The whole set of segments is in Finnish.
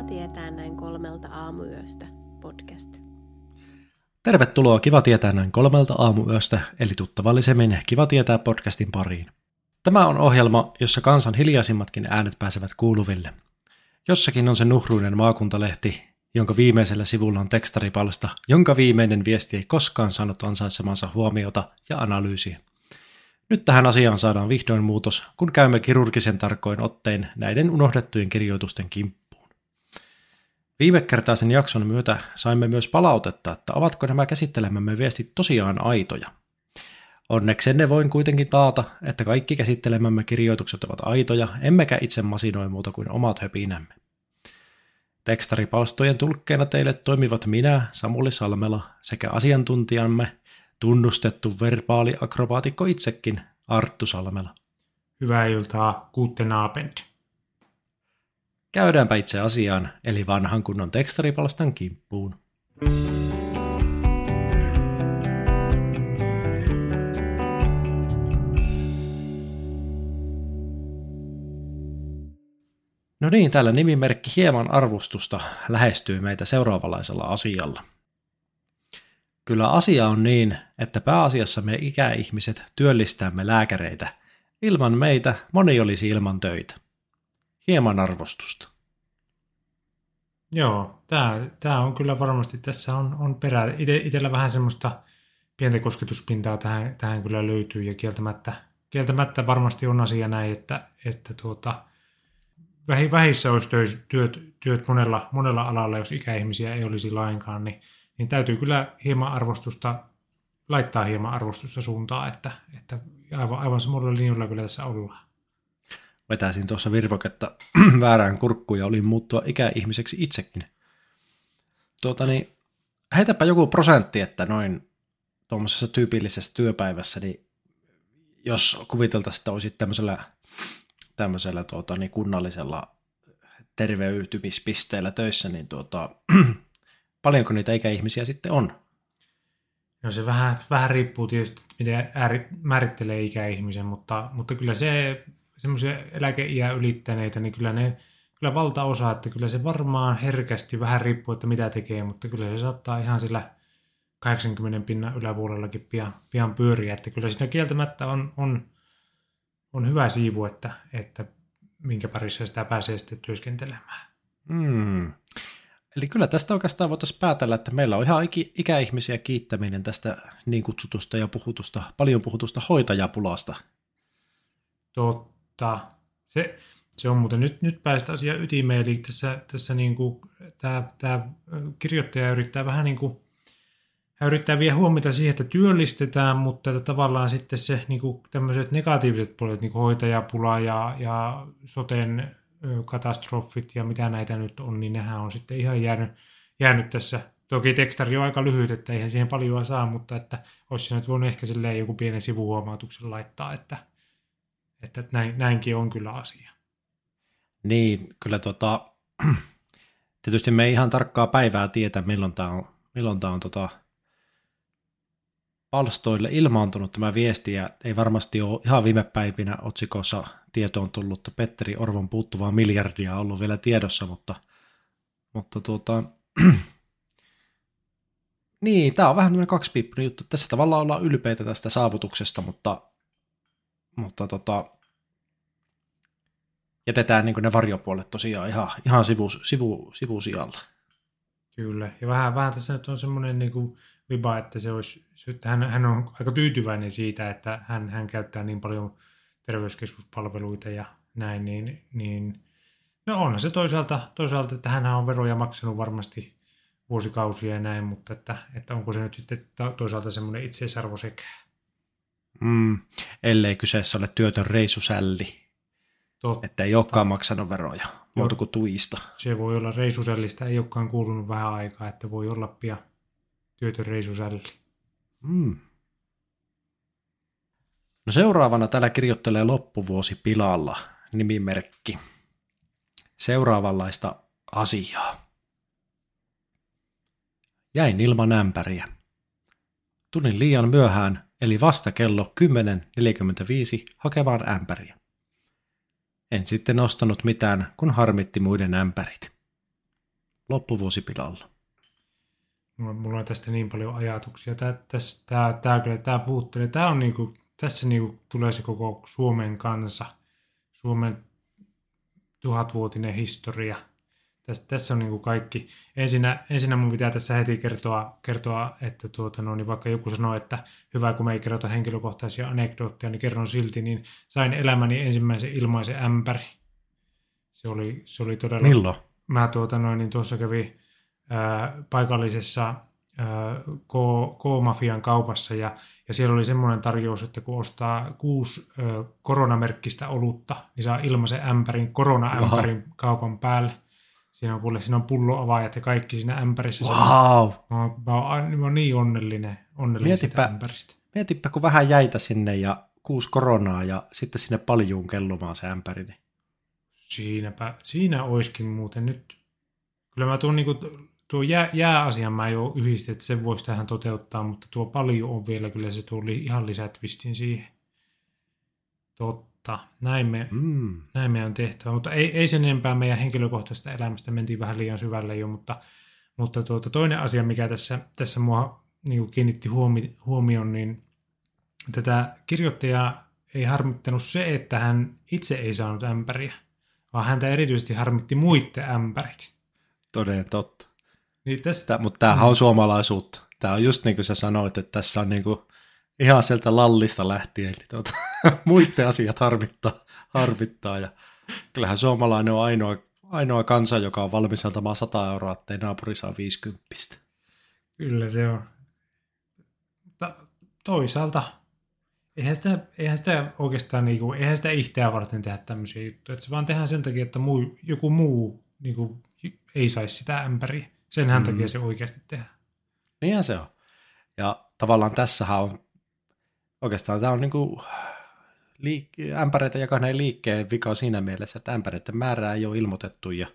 tietää näin 3 aamuyöstä podcast. Tervetuloa Kiva tietää näin 3 aamuyöstä, eli tuttavallisemmin Kiva tietää podcastin pariin. Tämä on ohjelma, jossa kansan hiljaisimmatkin äänet pääsevät kuuluville. Jossakin on se nuhruinen maakuntalehti, jonka viimeisellä sivulla on tekstaripalsta, jonka viimeinen viesti ei koskaan saanut ansaitsemansa huomiota ja analyysiä. Nyt tähän asiaan saadaan vihdoin muutos, kun käymme kirurgisen tarkoin ottein näiden unohdettujen kirjoitusten kimppuun. Viimekertaisen jakson myötä saimme myös palautetta, että ovatko nämä käsittelemämme viestit tosiaan aitoja. Onneksenne voin kuitenkin taata, että kaikki käsittelemämme kirjoitukset ovat aitoja, emmekä itse masinoi muuta kuin omat höpinämme. Tekstaripalstojen tulkkeina teille toimivat minä, Samuli Salmela, sekä asiantuntijamme, tunnustettu verbaaliakrobaatikko itsekin, Arttu Salmela. Hyvää iltaa, guten Abend. Käydäänpä itse asiaan, eli vanhan kunnon tekstaripalstan kimppuun. No niin, täällä nimimerkki hieman arvostusta lähestyy meitä seuraavanlaisella asialla. Kyllä asia on niin, että pääasiassa me ikäihmiset työllistämme lääkäreitä. Ilman meitä moni olisi ilman töitä. Hieman arvostusta. Joo, tämä on kyllä varmasti, tässä on perä. Itsellä vähän semmoista pientä kosketuspintaa tähän kyllä löytyy, ja kieltämättä varmasti on asia näin, että vähissä olisi työt monella alalla, jos ikäihmisiä ei olisi lainkaan, niin täytyy kyllä laittaa hieman arvostusta suuntaan, että aivan samalla linjalla kyllä tässä ollaan. Vetäisin tuossa virvoketta väärään kurkkuun ja olin muuttua ikäihmiseksi itsekin. Heitäpä joku prosentti, että noin tuommoisessa tyypillisessä työpäivässä, niin jos kuviteltaisiin, että olisit tämmöisellä kunnallisella terveytymispisteellä töissä, niin paljonko niitä ikäihmisiä sitten on? No se vähän riippuu tietysti, miten määrittelee ikäihmisen, mutta kyllä se semmoisia eläkeiän ylittäneitä, niin kyllä valtaosa, että kyllä se varmaan herkästi vähän riippuu, että mitä tekee, mutta kyllä se saattaa ihan sillä 80 pinnan yläpuolellakin pian pyöriä, että kyllä siinä kieltämättä on hyvä siivu, että minkä parissa sitä pääsee sitten työskentelemään. Eli kyllä tästä oikeastaan voitaisiin päätellä, että meillä on ihan ikäihmisiä kiittäminen tästä niin kutsutusta ja paljon puhutusta hoitajapulasta. Totta. Se on muuten. Nyt päästä asiaan ytimeen, eli tässä niin kuin tämä kirjoittaja yrittää vähän niin kuin, hän yrittää viedä huomiota siihen, että työllistetään, mutta että tavallaan sitten se niin kuin tämmöiset negatiiviset puolet, niin kuin hoitajapula ja soten katastrofit ja mitä näitä nyt on, niin nehän on sitten ihan jäänyt tässä. Toki tekstari on aika lyhyt, että eihän siihen paljon saa, mutta että olisi se nyt voinut ehkä silleen joku pienen sivuhuomautuksen laittaa, että näinkin on kyllä asia. Niin, kyllä tietysti me ei ihan tarkkaa päivää tietä, milloin tämä on palstoille ilmaantunut tämä viesti, ja ei varmasti ole ihan viime päivinä otsikossa tietoon tullut, että Petteri Orvon puuttuvaa miljardia on ollut vielä tiedossa, mutta niin, tämä on vähän tämmöinen kaksipiippunen juttu. Tässä tavallaan ollaan ylpeitä tästä saavutuksesta, mutta jätetään niin kuin ne varjopuolet tosiaan ihan sivusijalla. Kyllä, ja vähän tässä nyt on semmoinen niin kuin viba, että hän on aika tyytyväinen siitä, että hän käyttää niin paljon terveyskeskuspalveluita ja näin, niin no onhan se toisaalta, että hän on veroja maksanut varmasti vuosikausia ja näin, mutta että onko se nyt sitten toisaalta semmoinen itseisarvo sekä. Ellei kyseessä ole työtön reisusälli. Totta. Että ei olekaan maksanut veroja, muuta kuin tuista. Se voi olla reisusällistä, ei olekaan kuulunut vähän aikaa, että voi olla pian työtön reisusälli. No seuraavana täällä kirjoittelee loppuvuosi pilalla nimimerkki. Seuraavanlaista asiaa. Jäin ilman ämpäriä. Tulin liian myöhään, eli vasta kello 10.45 hakemaan ämpäriä. En sitten ostanut mitään, kun harmitti muiden ämpärit. loppuvuosipilalla? Mulla on tästä niin paljon ajatuksia. Tämä puuttelee. Tämä on niinku, tässä niinku tulee se koko Suomen kansa, Suomen 1000-vuotinen historia. Tässä on niinku kaikki. Ensinnä mun pitää tässä heti kertoa että niin vaikka joku sanoo, että hyvä kun me ei kerrota henkilökohtaisia anekdootteja, niin kerron silti, niin sain elämäni ensimmäisen ilmaisen ämpäri. Se oli todella... Milloin? Mä niin tuossa kävin paikallisessa K-mafian kaupassa ja siellä oli semmoinen tarjous, että kun ostaa 6 koronamerkkistä olutta, niin saa ilmaisen ämpärin, korona-ämpärin kaupan päälle. Siinä on pulloavaajat ja kaikki siinä ämpärissä. Wow. Mä oon niin onnellinen sitä ämpäristä. Mietipä, kun vähän jäitä sinne ja 6 koronaa ja sitten sinne paljuun kellumaan se ämpäri. Siinä oiskin muuten nyt. Kyllä mä tuo jääasian mä jo yhdistin, että sen voisi tähän toteuttaa, mutta tuo paljon on vielä, kyllä se tuli ihan lisätvistin siihen. Totta, näin me on tehtävä, mutta ei sen enempää meidän henkilökohtaisesta elämästä, mentiin vähän liian syvälle jo, mutta toinen asia, mikä tässä mua niin kiinnitti huomioon, niin tätä kirjoittajaa ei harmittanut se, että hän itse ei saanut ämpäriä, vaan häntä erityisesti harmitti muiden ämpärit. Toden totta. Niin mutta tämähän on suomalaisuutta. Tämä on just niin kuin sä sanoit, että tässä on niin kuin ihan sieltä lallista lähtien. Eli muiden asiat harmittaa. Ja kyllähän suomalainen on ainoa kansa, joka on valmis antamaan 100 euroa, ettei naapuri saa 50. Kyllä se on. Mutta toisaalta eihän sitä oikeastaan eihän sitä itseä varten tehdä tämmöisiä juttuja. Että se vaan tehdään sen takia, että joku muu ei saisi sitä ämpäriä. Senhän takia se oikeasti tehdään. Niinhän se on. Ja tavallaan tässähän on, oikeastaan tämä on ämpäreitä jakaneen liikkeen vika siinä mielessä, että ämpäreiden määrää ei ole ilmoitettu ja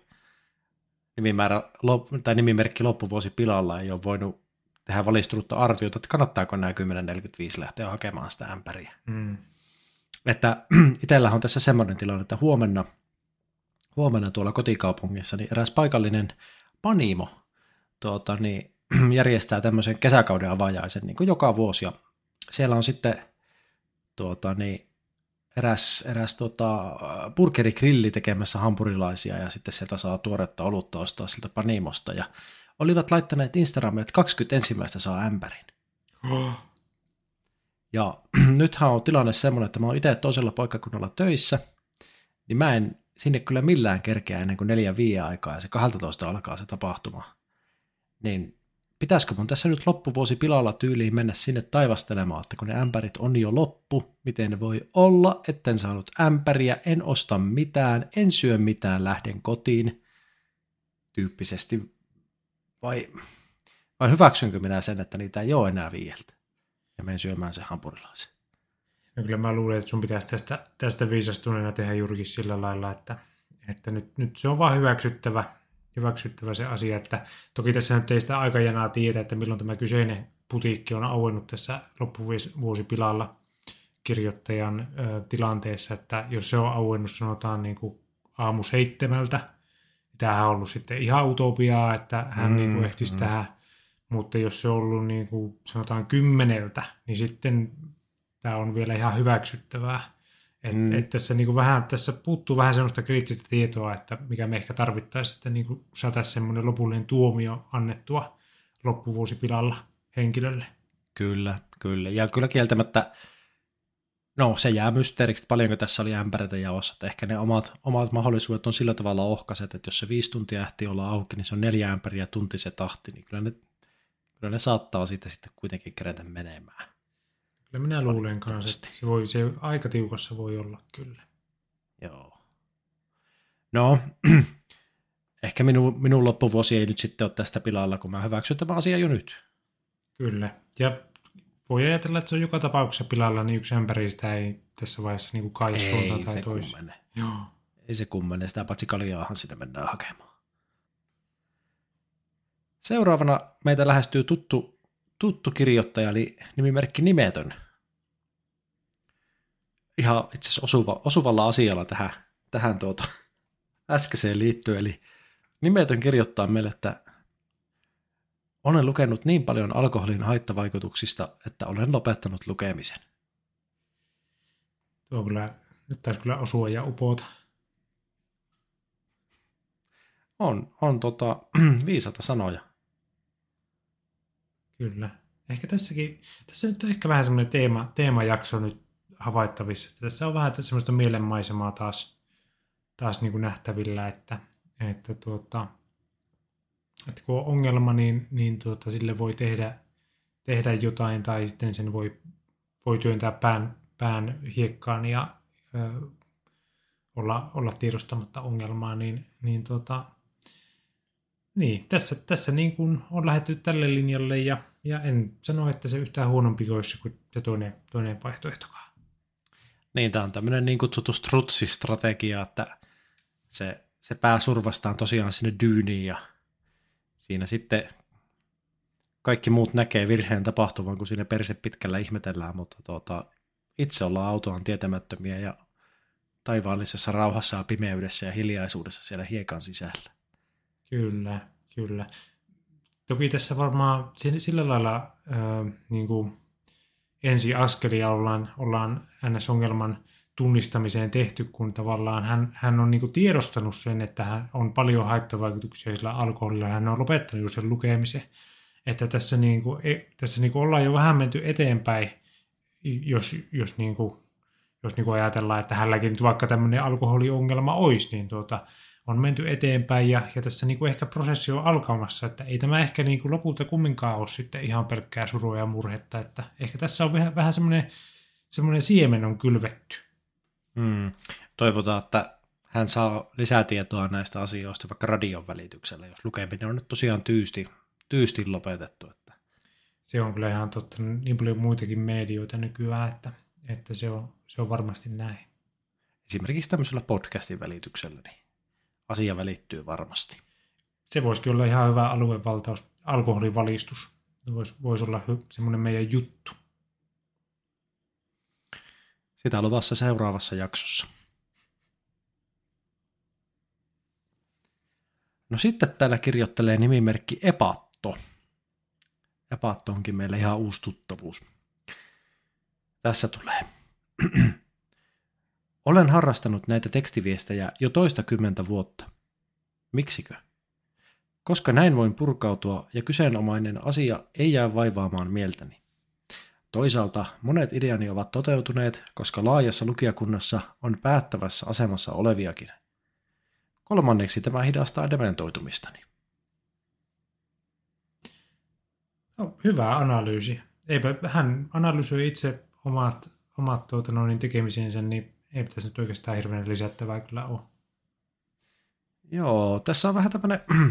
nimimerkki loppuvuosipilalla ei ole voinut tehdä valistunutta arviota, että kannattaako nämä 1045 lähteä hakemaan sitä ämpäriä. Että itsellähän on tässä semmoinen tilanne, että huomenna tuolla kotikaupungissa niin eräs paikallinen Panimo järjestää tämmöisen kesäkauden avajaisen niin kuin joka vuosi. Ja siellä on sitten eräs burgerigrilli tekemässä hampurilaisia ja sitten sieltä saa tuoretta olutta ostaa siltä Panimosta. Ja olivat laittaneet Instagramiin, että 21. saa ämpärin. Ja nythän on tilanne semmoinen, että mä oon itse toisella paikkakunnalla töissä, niin mä en sinne kyllä millään kerkeä ennen kuin 4-5 aikaa ja se 12 alkaa se tapahtuma. Niin pitäisikö mun tässä nyt loppuvuosi pilalla tyyliin mennä sinne taivastelemaan, että kun ne ämpärit on jo loppu, miten ne voi olla, etten saanut ämpäriä, en osta mitään, en syö mitään, lähden kotiin tyyppisesti. Vai hyväksynkö minä sen, että niitä ei ole enää 5 ja menen syömään se hampurilaisen? No kyllä mä luulen, että sun pitäisi tästä viisastuneena tehdä juurikin sillä lailla, että nyt se on vaan hyväksyttävä se asia, että toki tässä nyt ei sitä aikajanaa tiedä, että milloin tämä kyseinen putiikki on auennut tässä loppuvuosipilalla kirjoittajan tilanteessa, että jos se on auennut sanotaan niin kuin aamu 7, niin tämähän on ollut sitten ihan utopiaa, että hän niin kuin ehtisi tähän, mutta jos se on ollut niin kuin sanotaan 10, niin sitten tämä on vielä ihan hyväksyttävää. Että tässä puuttuu vähän sellaista kriittistä tietoa, että mikä me ehkä tarvittaisiin, että niin kuin saataisiin semmoinen lopullinen tuomio annettua loppuvuosipilalla henkilölle. Kyllä. Ja kyllä kieltämättä, se jää mysteeriksi, että paljonko tässä oli ämpäreitä jaossa. Että ehkä ne omat mahdollisuudet on sillä tavalla ohkaiset, että jos se 5 tuntia ehtii olla auki, niin se on 4 ämpäriä tunti se tahti, niin kyllä ne saattaa siitä sitten kuitenkin kerätä menemään. Kyllä minä luulen kanssa, että se aika tiukassa voi olla kyllä. Joo. No, ehkä minun loppuvuosi ei nyt sitten ole tästä pilalla, kun mä hyväksyn tämän asian jo nyt. Kyllä. Ja voi ajatella, että se on joka tapauksessa pilalla, niin yksi ämpäri sitä ei tässä vaiheessa niin kai suuntaan tai toiseen. Ei se kummene, sitä paitsi kaljaahan sinne mennään hakemaan. Seuraavana meitä lähestyy tuttu kirjoittaja, eli nimimerkki Nimetön. Ihan itse asiassa osuvalla asialla tähän äskeiseen liittyen, eli Nimetön kirjoittaa meille, että olen lukenut niin paljon alkoholin haittavaikutuksista, että olen lopettanut lukemisen. Tuo kyllä, nyt taisi kyllä osua ja upota. On viisata sanoja. Kyllä. Ehkä tässä nyt on ehkä vähän semmoinen teemajakso nyt havaittavissa. Että tässä on vähän semmoista mielenmaisemaa taas niin kuin nähtävillä, että kun on ongelma, niin sille voi tehdä jotain tai sitten sen voi työntää pään hiekkaan ja olla tiedostamatta ongelmaa, niin tässä niin kuin on lähdetty tälle linjalle ja en sano, että se yhtään huonompi olisi kuin se toinen vaihtoehtokaan. Niin, tämä on tämmöinen niin kutsuttu strutsistrategia, että se pää survastaan tosiaan sinne dyyniin ja siinä sitten kaikki muut näkee virheen tapahtuvan, kun siinä perse pitkällä ihmetellään, mutta itse ollaan autoaan tietämättömiä ja taivaallisessa rauhassa ja pimeydessä ja hiljaisuudessa siellä hiekan sisällä. Kyllä. Toki tässä varmaan sillä lailla niin kuin ensiaskelia ollaan NS-ongelman tunnistamiseen tehty, kun tavallaan hän on niin kuin tiedostanut sen, että hän on paljon haittavaikutuksia sillä alkoholilla, hän on lopettanut jo sen lukemisen. Että tässä ollaan jo vähän menty eteenpäin, jos ajatellaan, että hänelläkin nyt vaikka tämmöinen alkoholiongelma olisi, niin on menty eteenpäin ja tässä niin kuin ehkä prosessi on alkamassa, että ei tämä ehkä niin kuin lopulta kumminkaan ole sitten ihan pelkkää surua ja murhetta, että ehkä tässä on vähän semmoinen siemen on kylvetty. Toivotaan, että hän saa lisätietoa näistä asioista vaikka radion välityksellä, jos lukeminen on nyt tosiaan tyystin lopetettu. Että. Se on kyllä ihan totta, niin paljon muitakin medioita nykyään, että se on varmasti näin. Esimerkiksi tämmöisellä podcastin välityksellä, niin asia välittyy varmasti. Se voisikin olla ihan hyvä aluevaltaus, alkoholivalistus. Voisi olla semmoinen meidän juttu. Sitä on luvassa seuraavassa jaksossa. No sitten täällä kirjoittelee nimimerkki Epatto. Epatto onkin meille ihan uusi tuttavuus. Tässä tulee. Olen harrastanut näitä tekstiviestejä jo 20 vuotta. Miksikö? Koska näin voin purkautua ja kyseenomainen asia ei jää vaivaamaan mieltäni. Toisaalta monet ideani ovat toteutuneet, koska laajassa lukijakunnassa on päättävässä asemassa oleviakin. Kolmanneksi tämä hidastaa dementoitumistani. No, hyvä analyysi. Hän analysoi itse omat tekemisensä, niin ei pitäisi nyt oikeastaan hirveän lisättävää kyllä ole. Joo, tässä on vähän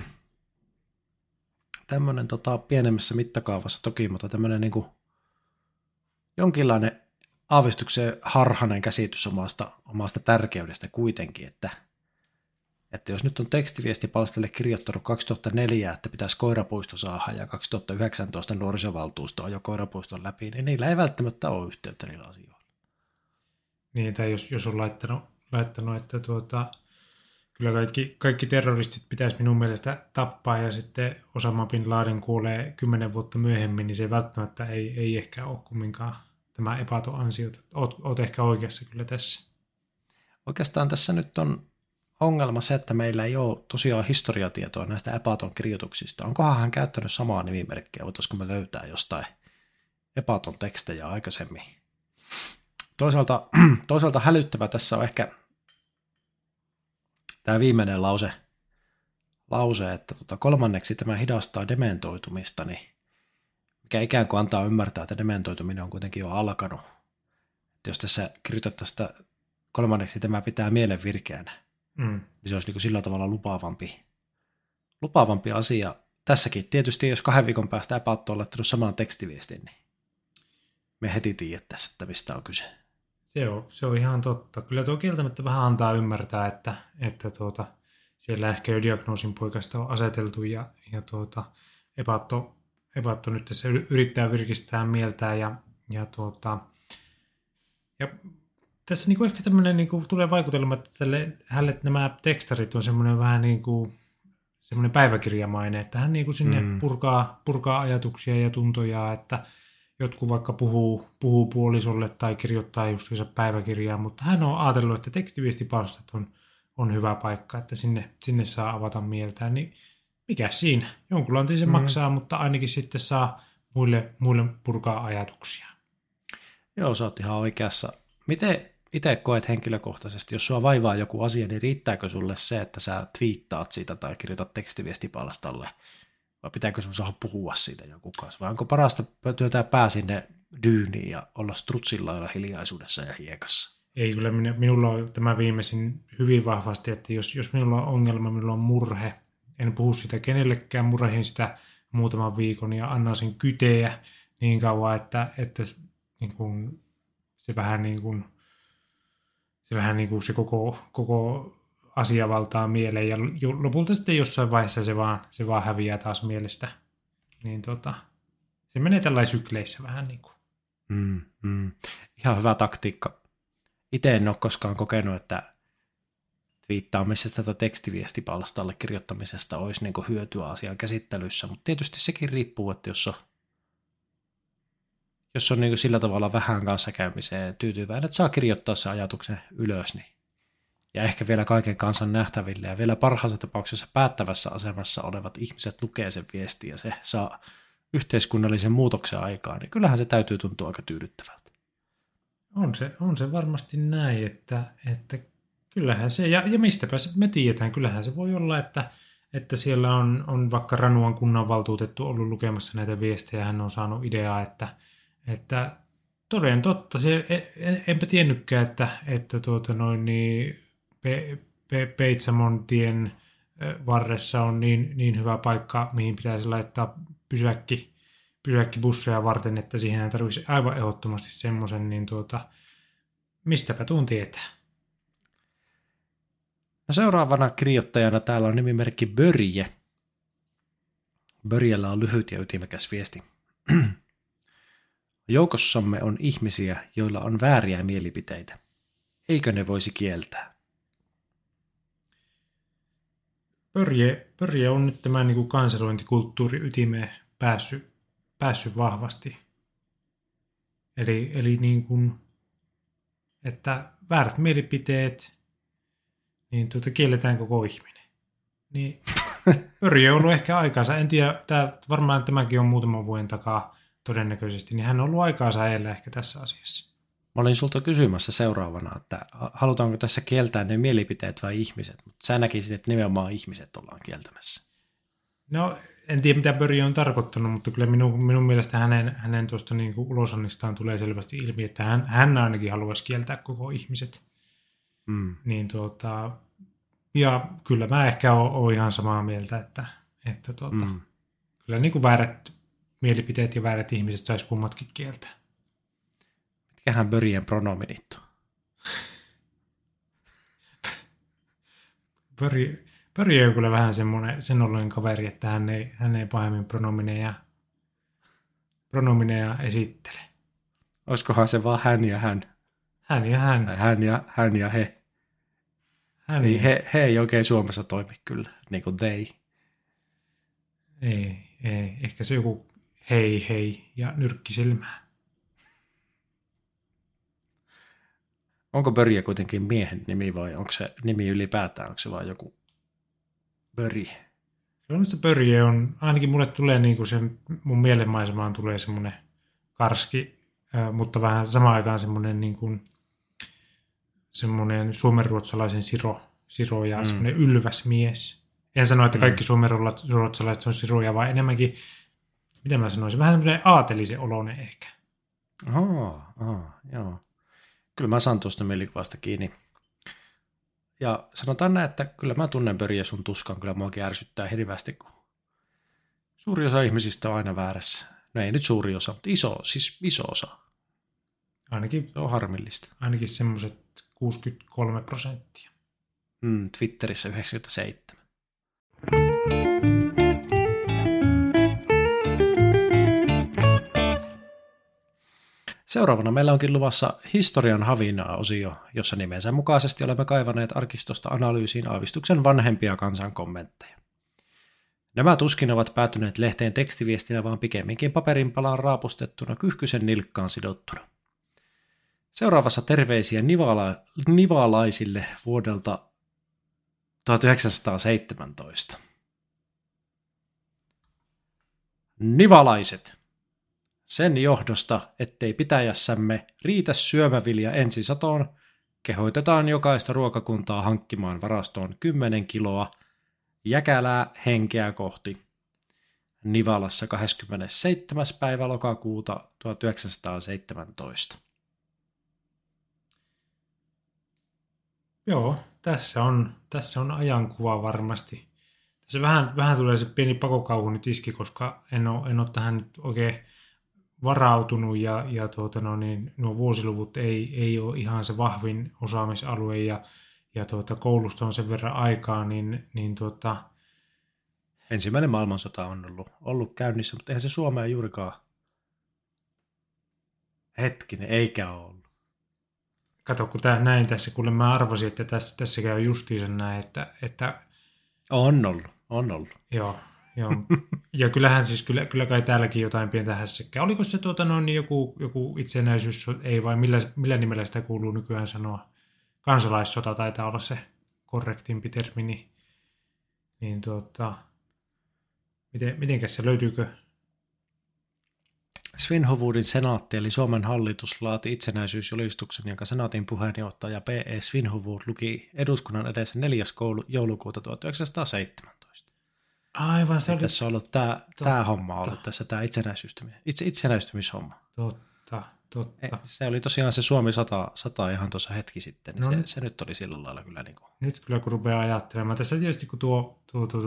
tämmöinen pienemmässä mittakaavassa toki, mutta tämmöinen niin kuin jonkinlainen aavistuksen harhainen käsitys omasta tärkeydestä kuitenkin, että jos nyt on tekstiviestipalstalle kirjoittanut 2004, että pitäisi koirapuisto saada ja 2019 nuorisovaltuusto on jo koirapuiston läpi, niin niillä ei välttämättä ole yhteyttä niillä asioilla. Niin, tai jos on laittanut että kyllä kaikki terroristit pitäisi minun mielestä tappaa ja sitten Osama Bin Laden kuolee 10 vuotta myöhemmin, niin se välttämättä ei ehkä ole kumminkaan tämä epäton ansiota. Oot ehkä oikeassa kyllä tässä. Oikeastaan tässä nyt on ongelma se, että meillä ei ole tosiaan historiatietoa näistä epäton kirjoituksista. Onkohan hän käyttänyt samaa nimimerkkiä, voitaisiko me löytää jostain epäton tekstejä aikaisemmin? Toisaalta hälyttävä tässä on ehkä tämä viimeinen lause että kolmanneksi tämä hidastaa dementoitumista, niin mikä ikään kuin antaa ymmärtää, että dementoituminen on kuitenkin jo alkanut. Että jos tässä kirjoitettaisiin, että kolmanneksi tämä pitää mielen virkeänä, niin se olisi niin kuin sillä tavalla lupaavampi asia. Tässäkin tietysti, jos 2 viikon päästä Epatto on laittanut saman tekstiviestin, niin me heti tiedettäisiin, että mistä on kyse. Se on ihan totta. Kyllä tuo kieltämättä vähän antaa ymmärtää, että siellä ehkä jo diagnoosin poikasta on aseteltu ja Epatto nyt tässä yrittää virkistää mieltään ja tässä niinku ehkä tämmöinen niinku tulee vaikutelma, että hänelle nämä tekstarit on semmoinen vähän niin kuin semmoinen päiväkirjamainen, että hän niin kuin sinne purkaa ajatuksia ja tuntoja, että jotkut vaikka puhuu puolisolle tai kirjoittaa justiinsa päiväkirjaa, mutta hän on ajatellut, että tekstiviestipalstat on hyvä paikka, että sinne saa avata mieltään, niin mikä siinä? Jonkunlainen se maksaa, mutta ainakin sitten saa muille purkaa ajatuksia. Joo, sä oot ihan oikeassa. Miten itse koet henkilökohtaisesti, jos sua vaivaa joku asia, niin riittääkö sulle se, että sä twiittaat siitä tai kirjoitat tekstiviestipalstalle? Vai pitääkö sun saada puhua siitä joku kanssa? Vai onko parasta työtää pää sinne dyyniin ja olla strutsilla hiljaisuudessa ja hiekassa? Ei, kyllä minulla on tämä viimeisin hyvin vahvasti, että jos minulla on ongelma, minulla on murhe, en puhu sitä kenellekään, murhin sitä muutaman viikon ja annan sen kyteä niin kauan, että niin kuin, se vähän niin kuin se koko asia valtaa mieleen ja lopulta sitten jossain vaiheessa se vaan häviää taas mielestä. Niin se menee tällainen sykleissä vähän niin kuin. Ihan hyvä taktiikka. Itse en ole koskaan kokenut, että twiittaamisesta tai tekstiviestipalstalle kirjoittamisesta olisi niin kuin hyötyä asian käsittelyssä, mutta tietysti sekin riippuu, että jos on niin kuin sillä tavalla vähän kanssakäymiseen tyytyväinen, että saa kirjoittaa se ajatuksen ylös, niin ja ehkä vielä kaiken kansan nähtäville ja vielä parhaassa tapauksessa päättävässä asemassa olevat ihmiset lukee sen viestin ja se saa yhteiskunnallisen muutoksen aikaan, niin kyllähän se täytyy tuntua aika tyydyttävältä. On se varmasti näin, että kyllähän se, ja mistäpä me tiedetään, kyllähän se voi olla, että siellä on vaikka Ranuan kunnanvaltuutettu ollut lukemassa näitä viestejä, hän on saanut ideaa, että toden totta, enpä tiennytkään, että Peitsamon tien varressa on niin hyvä paikka, mihin pitäisi laittaa pysäkkibusseja varten, että siihen ei tarvitsisi aivan ehdottomasti semmoisen, niin mistäpä tuun tietää. No seuraavana kirjoittajana täällä on nimimerkki Börje. Börjellä on lyhyt ja ytimekäs viesti. Joukossamme on ihmisiä, joilla on vääriä mielipiteitä. Eikö ne voisi kieltää? Börje on nyt tämän niin kuin kanselointikulttuuri ytimeen päässyt vahvasti. Eli niin kuin, että väärät mielipiteet, niin kielletään koko ihminen. Niin Börje on ollut ehkä aikansa, en tiedä, varmaan tämäkin on muutaman vuoden takaa todennäköisesti, niin hän on ollut aikaansa edellä ehkä tässä asiassa. Mä olin sulta kysymässä seuraavana, että halutaanko tässä kieltää ne mielipiteet vai ihmiset, mutta sä näkisit, että nimenomaan ihmiset ollaan kieltämässä. No, en tiedä mitä Börje on tarkoittanut, mutta kyllä minun mielestä hänen tuosta niin kuin ulosannistaan tulee selvästi ilmi, että hän ainakin haluaisi kieltää koko ihmiset. Niin ja kyllä mä ehkä oon ihan samaa mieltä, että kyllä niin kuin väärät mielipiteet ja väärät ihmiset saisi kummatkin kieltää. Mitkähän Börjen pronominit on? Börje on kyllä vähän sen ollen kaveri, että hän ei pahemmin pronomineja esittele. Olisikohan se vaan hän ja hän? Hän ja hän. Tai hän ja he. He ei oikein Suomessa toimi kyllä, niin kuin they. Ei. Ehkä se joku hei ja nyrkkisilmää. Onko Börje kuitenkin miehen nimi vai onko se nimi ylipäätään, onko se vaan joku Börje? Suomesta Börje on, ainakin mulle tulee niin kuin se, mun mielenmaisemaan tulee semmoinen karski, mutta vähän samaan aikaan semmoinen niin kuin semmoinen suomenruotsalaisen siro ja semmoinen ylväs mies. En sano, että kaikki suomenruotsalaiset on siroja, vaan enemmänkin, mitä mä sanoisin, vähän semmoinen aatelisen oloinen ehkä. Joo. Kyllä mä saan tuosta mielikuvasta kiinni. Ja sanotaan näin, että kyllä mä tunnen Börje sun tuskan, kyllä muakin ärsyttää hirveästi, kun suuri osa ihmisistä on aina väärässä. No ei nyt suuri osa, mutta iso osa. Ainakin, se on harmillista. Ainakin semmoiset 63%. Twitterissä 97%. Seuraavana meillä onkin luvassa historian havinaa-osio, jossa nimensä mukaisesti olemme kaivaneet arkistosta analyysiin aavistuksen vanhempia kansan kommentteja. Nämä tuskin ovat päätyneet lehteen tekstiviestinä, vaan pikemminkin paperinpalaan raapustettuna Kyyhkysen nilkkaan sidottuna. Seuraavassa terveisiä nivalaisille vuodelta 1917. Nivalaiset. Sen johdosta, ettei pitäjässämme riitä syömävilja ensisatoon, kehoitetaan jokaista ruokakuntaa hankkimaan varastoon 10 kiloa jäkälää henkeä kohti. Nivalassa 27. päivä lokakuuta 1917. Joo, tässä on ajankuva varmasti. Tässä vähän tulee se pieni pakokauhu nyt iski, koska en ole tähän nyt oikein varautunut ja nuo vuosiluvut ei ole ihan se vahvin osaamisalue ja koulusta on sen verran aikaa, niin Ensimmäinen maailmansota on ollut käynnissä, mutta eihän se Suomea juurikaan hetkinen, eikä ole ollut. Kato, kun näin tässä, kuule mä arvasin, että tässä käy justiinsa näin, että On ollut. Joo. Ja kyllähän siis, kyllä kai täälläkin jotain pientä hässäkkää. Oliko se niin joku itsenäisyys, ei vai millä nimellä sitä kuuluu nykyään sanoa? Kansalaissota taitaa olla se korrektimpi termi, niin mitenkäs se löytyykö? Svinhuvudin senaatti eli Suomen hallitus laati itsenäisyysjulistuksen, jonka senaatin puheenjohtaja P.E. Svinhuvud luki eduskunnan edessä 4. joulukuuta 1917. Aivan, se oli... Tässä on ollut tämä homma ollut, tässä tämä itsenäistymishomma. Totta. Se oli tosiaan se Suomi 100 ihan tuossa hetki sitten, niin se nyt oli sillä lailla kyllä niin kuin... Nyt kyllä kun rupeaa ajattelemaan. Tässä tietysti kun tuo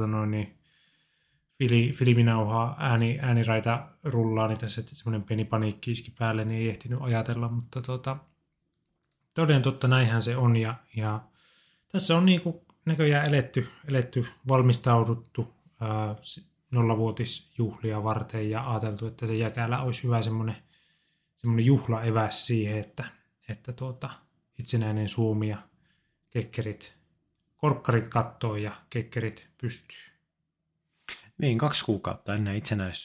filminauha ääniraita rullaa, niin tässä semmoinen pieni paniikki iski päälle, niin ei ehtinyt ajatella, mutta toden totta näinhän se on ja tässä on niinku näköjään eletty valmistauduttu 0-vuotisjuhlia varten ja ajateltu, että se jäkälä olisi hyvä semmoinen juhlaeväs siihen, että itsenäinen Suomi ja korkkarit kattoo ja kekkerit pystyy. Niin, 2 kuukautta ennen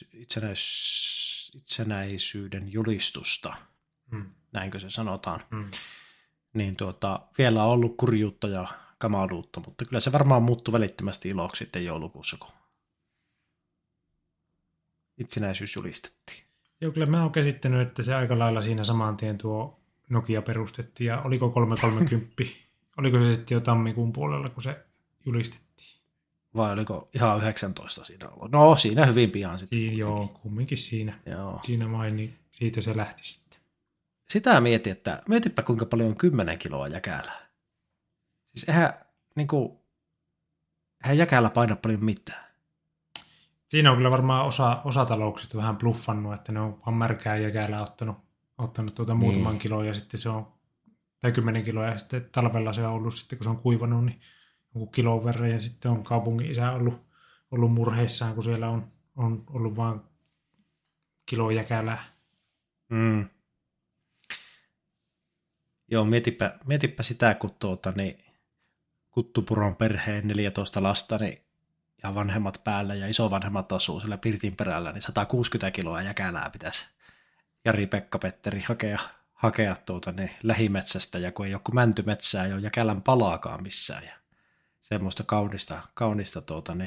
itsenäisyyden julistusta, näinkö se sanotaan, niin vielä on ollut kurjuutta ja kamaluutta, mutta kyllä se varmaan muuttui välittömästi iloksi sitten joulukuussa, kun itsenäisyys julistettiin. Joo, kyllä mä oon käsittänyt, että se aika lailla siinä saman tien tuo Nokia perustettiin, ja oliko 330, oliko se sitten jo tammikuun puolella, kun se julistettiin? Vai oliko ihan 19 siinä ollut? No, siinä hyvin pian sitten. Joo, kumminkin siinä. Joo. Siinä niin siitä se lähti sitten. Sitä mietipä kuinka paljon on 10 kiloa jäkälää. Siis eihän jäkälä paina paljon mitään. Siinä on kyllä varmaan osa talouksista vähän bluffannut, että ne on vaan märkää jäkälää ottanut muutaman kiloa ja sitten se on, tai 10 kiloa ja sitten talvella se on ollut sitten, kun se on kuivanut, niin joku kilon verran ja sitten on kaupungin isä ollut murheissaan, kun siellä on ollut vaan kilo jäkälää. Joo, mietipä sitä, kun Kuttupuron perheen 14 lasta, niin ja vanhemmat päällä ja isovanhemmat asuu siellä pirtin perällä, niin 160 kiloa jäkälää pitäisi Jari-Pekka Petteri hakea lähimetsästä, ja kun ei ole kuin mäntymetsää, ei ole jäkälän palaakaan missään, ja semmoista kaunista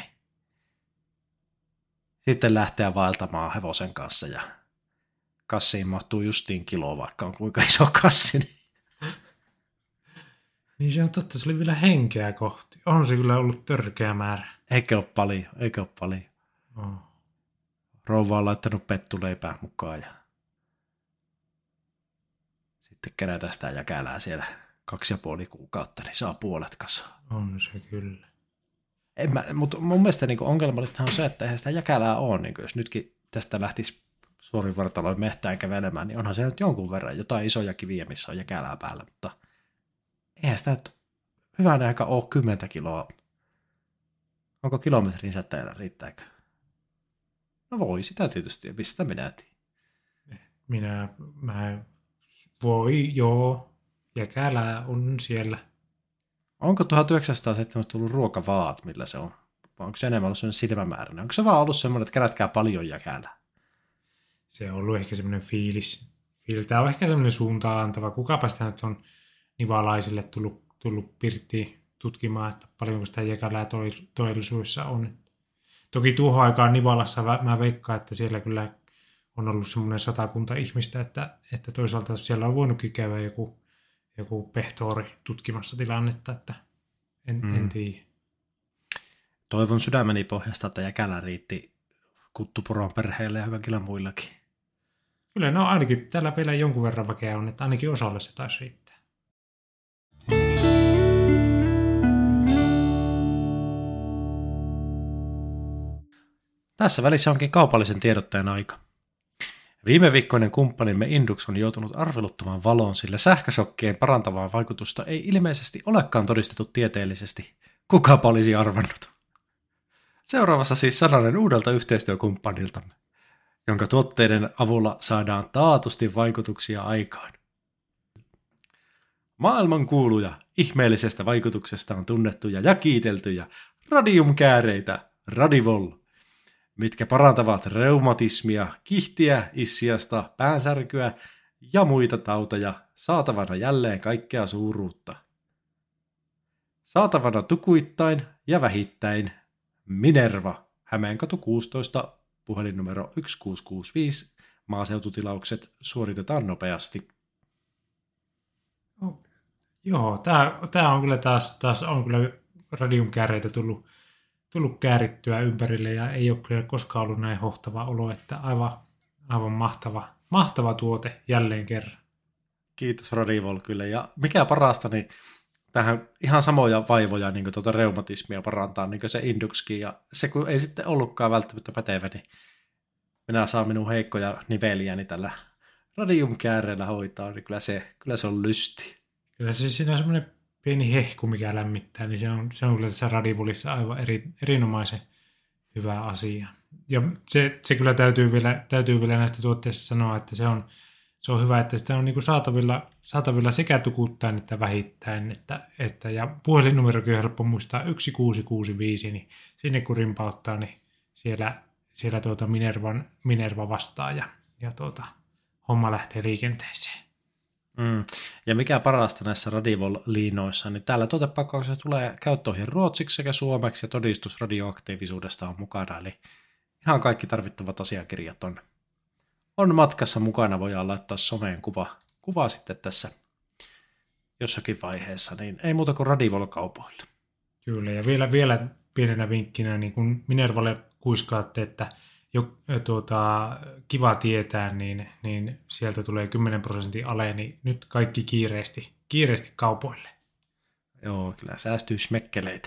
sitten lähteä vaeltamaan hevosen kanssa, ja kassiin mahtuu justiin kilo, vaikka on kuinka iso kassi. Niin se on totta, se oli vielä henkeä kohti. On se kyllä ollut törkeä määrä. Eikä ole paljon. Oh. Rouva on laittanut pettuleipää mukaan ja sitten kerätään sitä jäkälää siellä 2,5 kuukautta, niin saa puolet kasaan. On se kyllä. Mutta mun mielestä ongelmallista on se, että eihän sitä jäkälää ole. Jos nytkin tästä lähtisi suorin vartaloin mehtään kävelemään, niin onhan se nyt jonkun verran jotain isoja kiviä, missä on jäkälää päällä, mutta eihän sitä nyt hyvänä aika ole 10 kiloa. Onko kilometrin säteellä, riittääkö? No voi sitä tietysti, mistä minä tiedän. Joo, jäkälää on siellä. Onko 1907 tullut ruokavaat, millä se on vai onko se enemmän ollut sellainen silmämääräinen? Onko se vaan ollut semmoinen, että kerätkää paljon ja käydään? Se on ollut ehkä semmoinen fiilis. Tämä on ehkä semmoinen suuntaan antava. Kukapa sitä nyt on nivalaisille tullut pirttiin tutkimaan, että paljonko sitä jäkälää todellisuudessa on. Toki tuohon aikaan Nivalassa mä veikkaan, että siellä kyllä on ollut semmoinen 100 ihmistä, että toisaalta siellä on voinutkin käydä joku pehtori tutkimassa tilannetta, että en tiedä. Toivon sydämeni pohjasta, että jäkälä riitti kuttupuron perheelle ja kaikilla muillakin. Kyllä, no ainakin täällä vielä jonkun verran väkeä on, että ainakin osalle se taisi riittää. Tässä välissä onkin kaupallisen tiedotteen aika. Viime viikkoinen kumppanimme Indux on joutunut arveluttamaan valoon, sillä sähkösokkien parantavaa vaikutusta ei ilmeisesti olekaan todistettu tieteellisesti. Kukapa olisi arvannut? Seuraavassa siis sananen uudelta yhteistyökumppaniltamme, jonka tuotteiden avulla saadaan taatusti vaikutuksia aikaan. Maailman kuuluja, ihmeellisestä vaikutuksestaan tunnettuja ja kiiteltyjä radiumkääreitä Radivol, mitkä parantavat reumatismia, kihtiä, issiasta, päänsärkyä ja muita tauteja, saatavana jälleen kaikkea suuruutta. Saatavana tukuittain ja vähittäin Minerva, Hämeenkatu 16, puhelinnumero 1665, maaseututilaukset suoritetaan nopeasti. Joo, tää on kyllä taas on kyllä radiumkääreitä tullut käärittyä ympärille ja ei ole kyllä koskaan ollut näin hohtava olo, että aivan mahtava tuote jälleen kerran. Kiitos Radivol kyllä. Ja mikä parasta, niin tähän ihan samoja vaivoja niin kuin reumatismia parantaa niin kuin se Induxkin. Ja se kun ei sitten ollutkaan välttämättä pätevä, niin minä saan minun heikkoja niveliäni tällä radiumkääreellä hoitaa, niin kyllä se on lysti. Kyllä se siinä on semmoinen pieni hehku, mikä lämmittää, niin se on kyllä tässä Radivolissa aivan erinomaisen hyvä asia. Ja se kyllä täytyy vielä näistä tuotteista sanoa, että se on hyvä, että sitä on niin kuin saatavilla sekä tukuttaen että vähittäin. Ja puhelinnumerokin on helppo muistaa 1665, niin sinne kun rimpauttaa, niin siellä Minerva vastaa ja homma lähtee liikenteeseen. Ja mikä parasta näissä Radivol-liinoissa, niin täällä tuotepakauksessa tulee käyttöohje ruotsiksi sekä suomeksi ja todistus radioaktiivisuudesta on mukana, eli ihan kaikki tarvittavat asiakirjat on matkassa mukana, voidaan laittaa someen kuva sitten tässä jossakin vaiheessa, niin ei muuta kuin Radivol-kaupoille. Kyllä, ja vielä pienenä vinkkinä, niin kun Minervalle kuiskaatte, että kiva tietää, niin sieltä tulee 10% ale, niin nyt kaikki kiireesti kaupoille. Joo, kyllä säästyy smekkeleitä.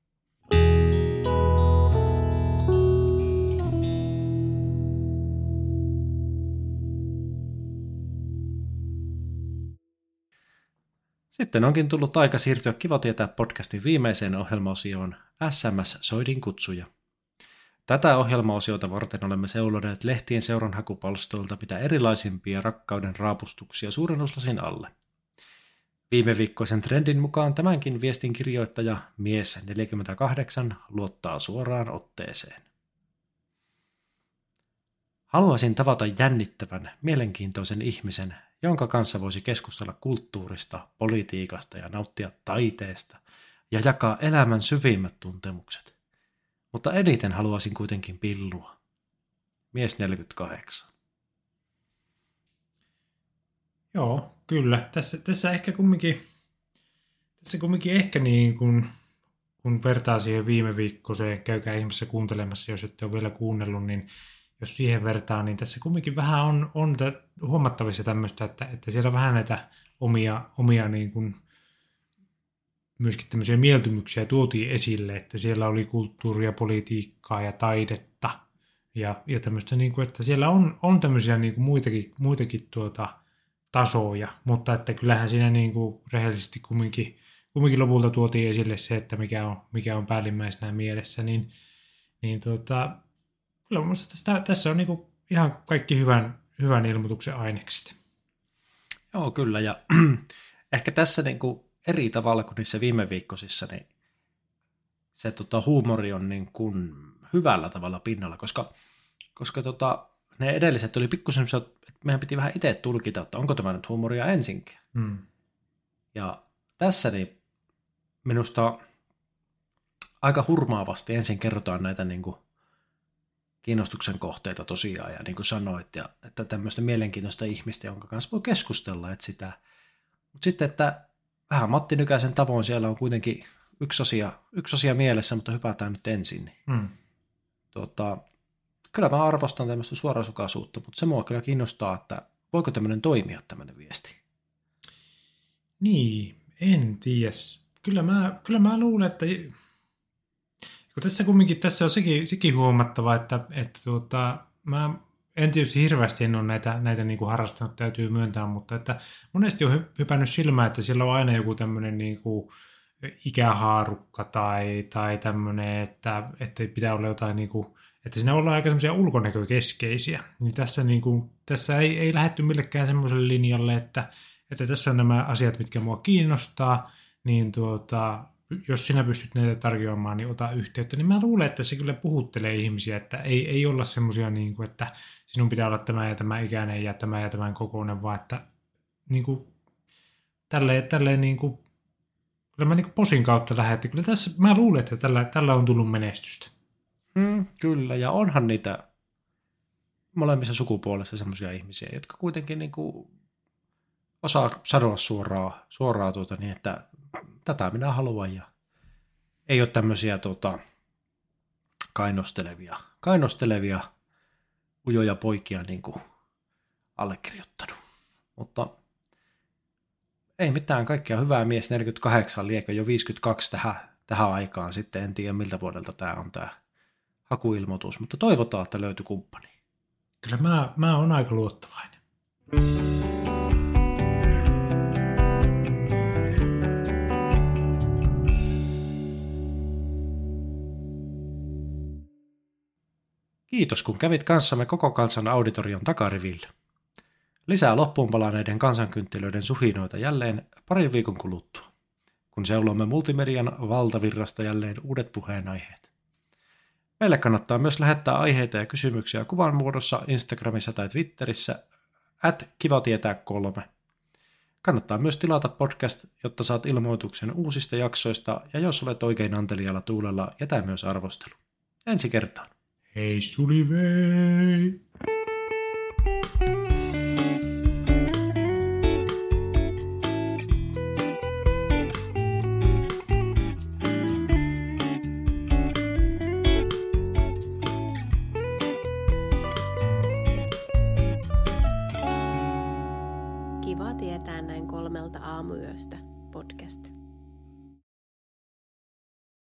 Sitten onkin tullut aika siirtyä Kiva tietää podcastin viimeiseen ohjelmaosioon SMS-soidin kutsuja. Tätä ohjelmaosiota varten olemme seuloneet lehtien seuranhakupalstoilta mitä erilaisimpia rakkauden raapustuksia suurennuslasin alle. Viime viikkoisen trendin mukaan tämänkin viestin kirjoittaja mies 48 luottaa suoraan otteeseen. Haluaisin tavata jännittävän, mielenkiintoisen ihmisen, jonka kanssa voisi keskustella kulttuurista, politiikasta ja nauttia taiteesta ja jakaa elämän syvimmät tuntemukset. Mutta eniten haluaisin kuitenkin pillua. Mies 48. Joo, kyllä. Tässä ehkä kumminkin ehkä niin kun vertaa siihen viime viikkoiseen, käykää ihmeessä kuuntelemassa, jos ette ole vielä kuunnellut, niin jos siihen vertaa, niin tässä kumminkin vähän on huomattavissa tämmöistä, että siellä vähän näitä omia niin kuin myöskin tämmöisiä mieltymyksiä tuotiin esille, että siellä oli kulttuuria, politiikkaa ja taidetta ja tämmöistä, niin kuin, että siellä on tämmöisiä niin kuin muitakin tasoja, mutta että kyllähän siinä niin kuin rehellisesti kumminkin lopulta tuotiin esille se, että mikä on päällimmäisenä mielessä, niin kyllä minusta tässä on niin kuin ihan kaikki hyvän ilmoituksen ainekset. Joo, kyllä, ja ehkä tässä niin kuin eri tavalla kuin niissä viime viikkoisissa, niin se huumori on niin kuin hyvällä tavalla pinnalla, koska ne edelliset oli pikkusen että meidän piti vähän itse tulkita, että onko tämä nyt huumoria ensinkin. Ja tässä niin minusta aika hurmaavasti ensin kerrotaan näitä niin kuin kiinnostuksen kohteita tosiaan, ja niin kuin sanoit, ja että tämmöistä mielenkiintoista ihmistä, jonka kanssa voi keskustella, että sitä. Mutta sitten, että vähän Matti Nykäsen tavoin siellä on kuitenkin yksi asia mielessä, mutta hypätään nyt ensin. Kyllä mä arvostan tämmöistä suorasukaisuutta, mutta se mua kyllä kiinnostaa, että voiko tämmöinen toimia, tämmöinen viesti? Niin, en tiedä. Kyllä mä luulen, että kun tässä kumminkin tässä on sekin huomattava, että mä en tietysti hirveästi en ole näitä niin kuin harrastanut, täytyy myöntää, mutta että monesti on hypännyt silmään, että siellä on aina joku tämmöinen niin kuin ikähaarukka tai tämmöinen, että pitää olla jotain, niin kuin, että siinä ollaan aika semmoisia ulkonäkökeskeisiä. Niin tässä ei lähdetty millekään semmoiselle linjalle, että tässä on nämä asiat, mitkä mua kiinnostaa, niin jos sinä pystyt näitä tarjoamaan, niin ota yhteyttä. Niin mä luulen, että se kyllä puhuttelee ihmisiä, että ei olla semmoisia, niin kuin, että sinun pitää olla tämä ja tämä ikäinen ja tämän kokoinen, vaan että niin kuin, tälleen niin kuin, kyllä mä niin kuin posin kautta lähetti. Kyllä tässä mä luulen, että tällä on tullut menestystä. Kyllä, ja onhan niitä molemmissa sukupuolissa semmoisia ihmisiä, jotka kuitenkin niin kuin osaa sanoa suoraan niin, että tätä minä haluan, ja ei ole tämmöisiä kainostelevia ujoja poikia niin kuin allekirjoittanut. Mutta ei mitään, kaikkea hyvää, mies 48, liekö jo 52 tähän aikaan sitten, en tiedä miltä vuodelta tämä on tämä hakuilmoitus, mutta toivotaan, että löytyy kumppani. Kyllä mä oon aika luottavainen. Kiitos, kun kävit kanssamme Koko kansan auditorion takarivillä. Lisää loppuun palaneiden kansankynttilöiden suhinoita jälleen parin viikon kuluttua, kun seulomme multimedian valtavirrasta jälleen uudet puheenaiheet. Meille kannattaa myös lähettää aiheita ja kysymyksiä kuvan muodossa Instagramissa tai Twitterissä @kivatietaa3. Kannattaa myös tilata podcast, jotta saat ilmoituksen uusista jaksoista, ja jos olet oikein antelijalla tuulella, jätä myös arvostelu. Ensi kertaan. Hei Sulivei! Kiva tietää näin 3 aamuyöstä podcast.